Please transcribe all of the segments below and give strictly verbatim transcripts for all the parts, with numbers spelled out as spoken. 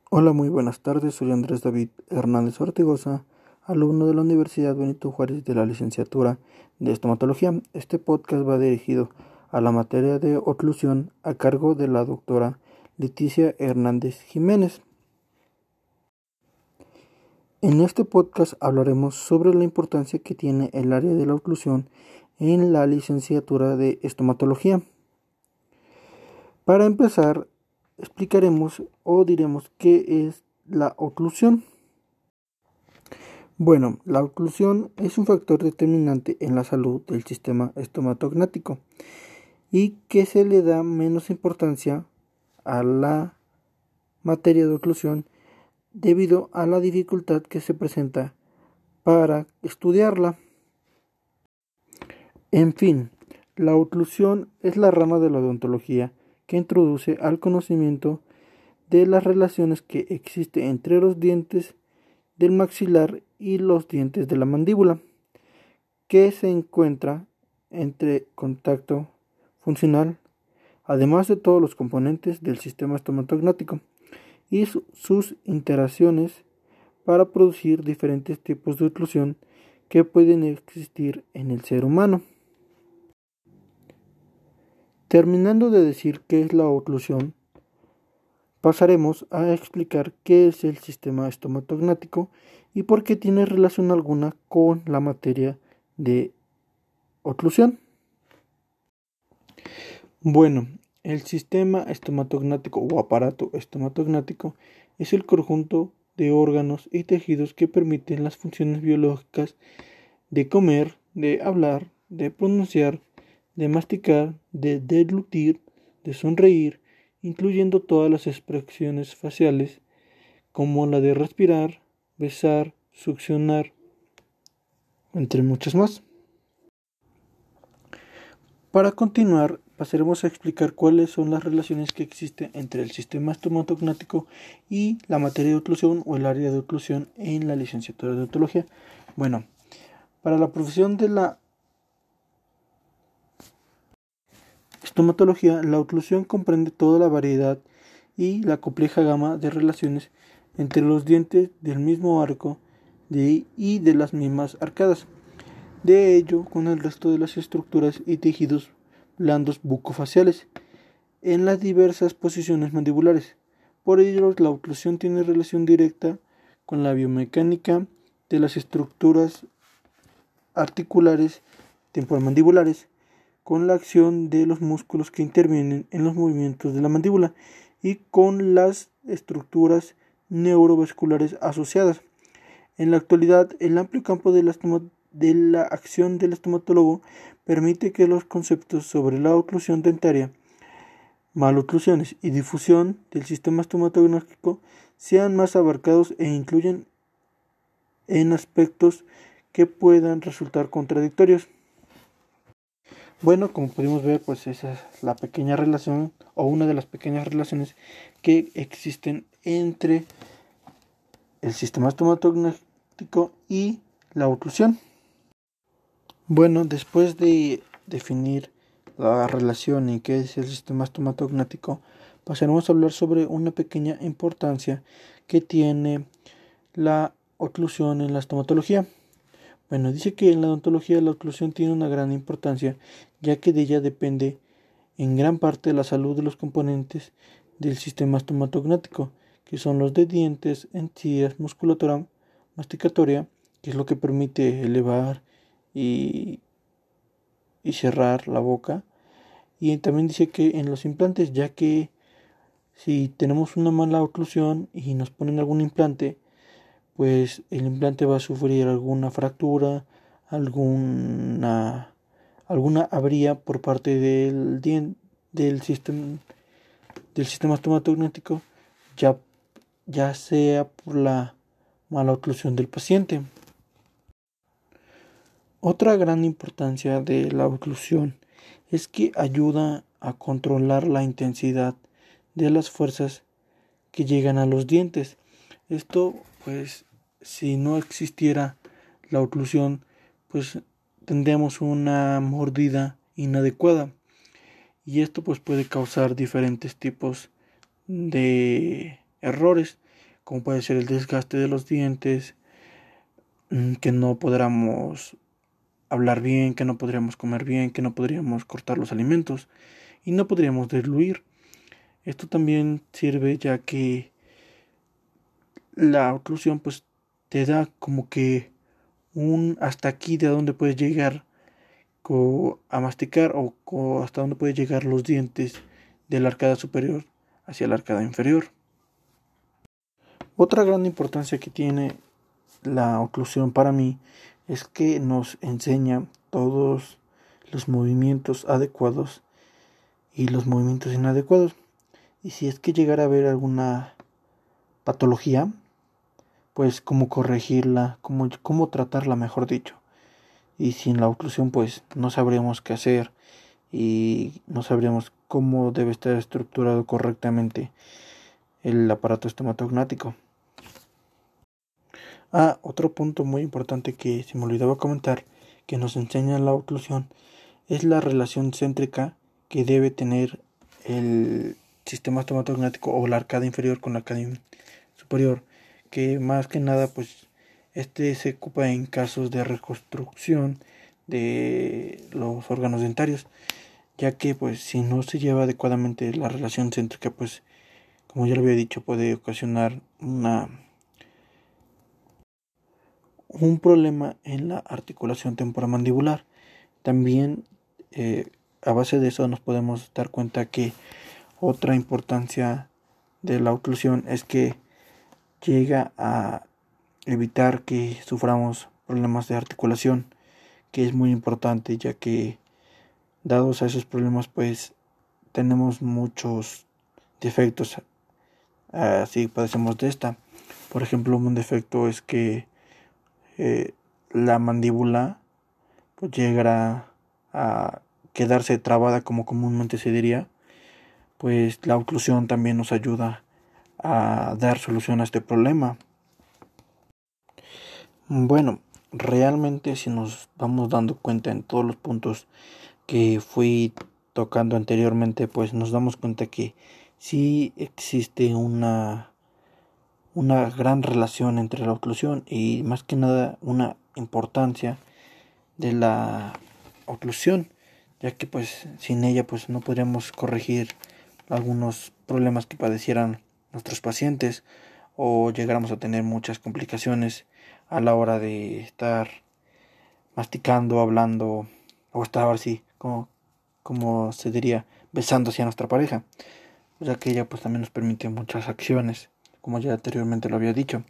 Hola, muy buenas tardes. Soy Andrés David Hernández Ortigosa, alumno de la Universidad Benito Juárez de la licenciatura de Estomatología. Este podcast va dirigido a la materia de oclusión a cargo de la doctora Leticia Hernández Jiménez. En este podcast hablaremos sobre la importancia que tiene el área de la oclusión en la licenciatura de Estomatología. Para empezar, explicaremos o diremos qué es la oclusión. Bueno, la oclusión es un factor determinante en la salud del sistema estomatognático y que se le da menos importancia a la materia de oclusión debido a la dificultad que se presenta para estudiarla. En fin, la oclusión es la rama de la odontología que introduce al conocimiento de las relaciones que existen entre los dientes del maxilar y los dientes de la mandíbula, que se encuentra entre contacto funcional, además de todos los componentes del sistema estomatognático y su, sus interacciones para producir diferentes tipos de oclusión que pueden existir en el ser humano. Terminando de decir qué es la oclusión, pasaremos a explicar qué es el sistema estomatognático y por qué tiene relación alguna con la materia de oclusión. Bueno, el sistema estomatognático o aparato estomatognático es el conjunto de órganos y tejidos que permiten las funciones biológicas de comer, de hablar, de pronunciar, de masticar, de deglutir, de sonreír, incluyendo todas las expresiones faciales como la de respirar, besar, succionar, entre muchas más. Para continuar, pasaremos a explicar cuáles son las relaciones que existen entre el sistema estomatognático y la materia de oclusión o el área de oclusión en la licenciatura de odontología. Bueno, para la profesión de la estomatología, la oclusión comprende toda la variedad y la compleja gama de relaciones entre los dientes del mismo arco de, y de las mismas arcadas, de ello con el resto de las estructuras y tejidos blandos bucofaciales en las diversas posiciones mandibulares. Por ello, la oclusión tiene relación directa con la biomecánica de las estructuras articulares temporomandibulares, con la acción de los músculos que intervienen en los movimientos de la mandíbula y con las estructuras neurovasculares asociadas. En la actualidad, el amplio campo de la, de la acción del estomatólogo permite que los conceptos sobre la oclusión dentaria, maloclusiones y difusión del sistema estomatognático sean más abarcados e incluyen en aspectos que puedan resultar contradictorios. Bueno, como pudimos ver, pues esa es la pequeña relación o una de las pequeñas relaciones que existen entre el sistema estomatognático y la oclusión. Bueno, después de definir la relación y qué es el sistema estomatognático, pasaremos a hablar sobre una pequeña importancia que tiene la oclusión en la estomatología. Bueno, dice que en la odontología la oclusión tiene una gran importancia, ya que de ella depende en gran parte la salud de los componentes del sistema estomatognático, que son los de dientes, encías, musculatura masticatoria, que es lo que permite elevar y, y cerrar la boca. Y también dice que en los implantes, ya que si tenemos una mala oclusión y nos ponen algún implante, pues el implante va a sufrir alguna fractura, alguna alguna avería por parte del dien, del sistema del sistema estomatognático, ya ya sea por la mala oclusión del paciente. Otra gran importancia de la oclusión es que ayuda a controlar la intensidad de las fuerzas que llegan a los dientes. Esto, pues, si no existiera la oclusión, pues tendríamos una mordida inadecuada y esto pues puede causar diferentes tipos de errores, como puede ser el desgaste de los dientes, que no podríamos hablar bien, que no podríamos comer bien, que no podríamos cortar los alimentos y no podríamos degluir. Esto también sirve ya que la oclusión pues te da como que un hasta aquí de dónde puedes llegar a masticar o, o hasta dónde pueden llegar los dientes de la arcada superior hacia la arcada inferior. Otra gran importancia que tiene la oclusión para mí es que nos enseña todos los movimientos adecuados y los movimientos inadecuados. Y si es que llegara a haber alguna patología, pues cómo corregirla, cómo, cómo tratarla, mejor dicho. Y sin la oclusión pues no sabríamos qué hacer y no sabríamos cómo debe estar estructurado correctamente el aparato estomatognático. Ah, otro punto muy importante que se me olvidaba comentar que nos enseña la oclusión es la relación céntrica que debe tener el sistema estomatognático o la arcada inferior con la arcada superior, que más que nada pues este se ocupa en casos de reconstrucción de los órganos dentarios, ya que pues si no se lleva adecuadamente la relación céntrica, pues como ya lo había dicho, puede ocasionar una un problema en la articulación temporomandibular. También eh, a base de eso nos podemos dar cuenta que otra importancia de la oclusión es que llega a evitar que suframos problemas de articulación, que es muy importante, ya que dados a esos problemas pues tenemos muchos defectos así padecemos de esta. Por ejemplo, un defecto es que eh, la mandíbula pues llegará a quedarse trabada, como comúnmente se diría. Pues la oclusión también nos ayuda a dar solución a este problema. Bueno, realmente si nos vamos dando cuenta en todos los puntos que fui tocando anteriormente, pues nos damos cuenta que sí existe una una gran relación entre la oclusión y más que nada una importancia de la oclusión, ya que pues sin ella pues no podríamos corregir algunos problemas que padecieran nuestros pacientes o llegáramos a tener muchas complicaciones a la hora de estar masticando, hablando o estar así como, como se diría besando hacia nuestra pareja, ya que ella pues también nos permite muchas acciones, como ya anteriormente lo había dicho.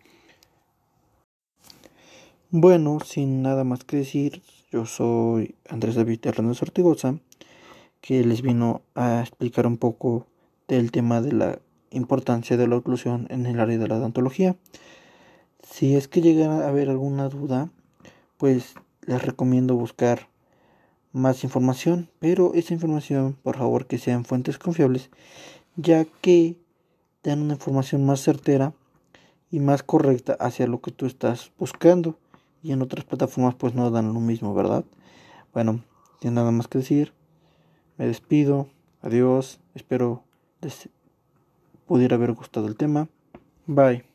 Bueno, sin nada más que decir, yo soy Andrés David Hernández Ortigosa, que les vino a explicar un poco del tema de la importancia de la oclusión en el área de la odontología. Si es que llega a haber alguna duda, pues les recomiendo buscar más información, pero esa información, por favor, que sean fuentes confiables, ya que dan una información más certera y más correcta hacia lo que tú estás buscando, y en otras plataformas pues no dan lo mismo, ¿verdad? Bueno, sin nada más que decir, me despido, adiós, espero les pudiera haber gustado el tema, bye.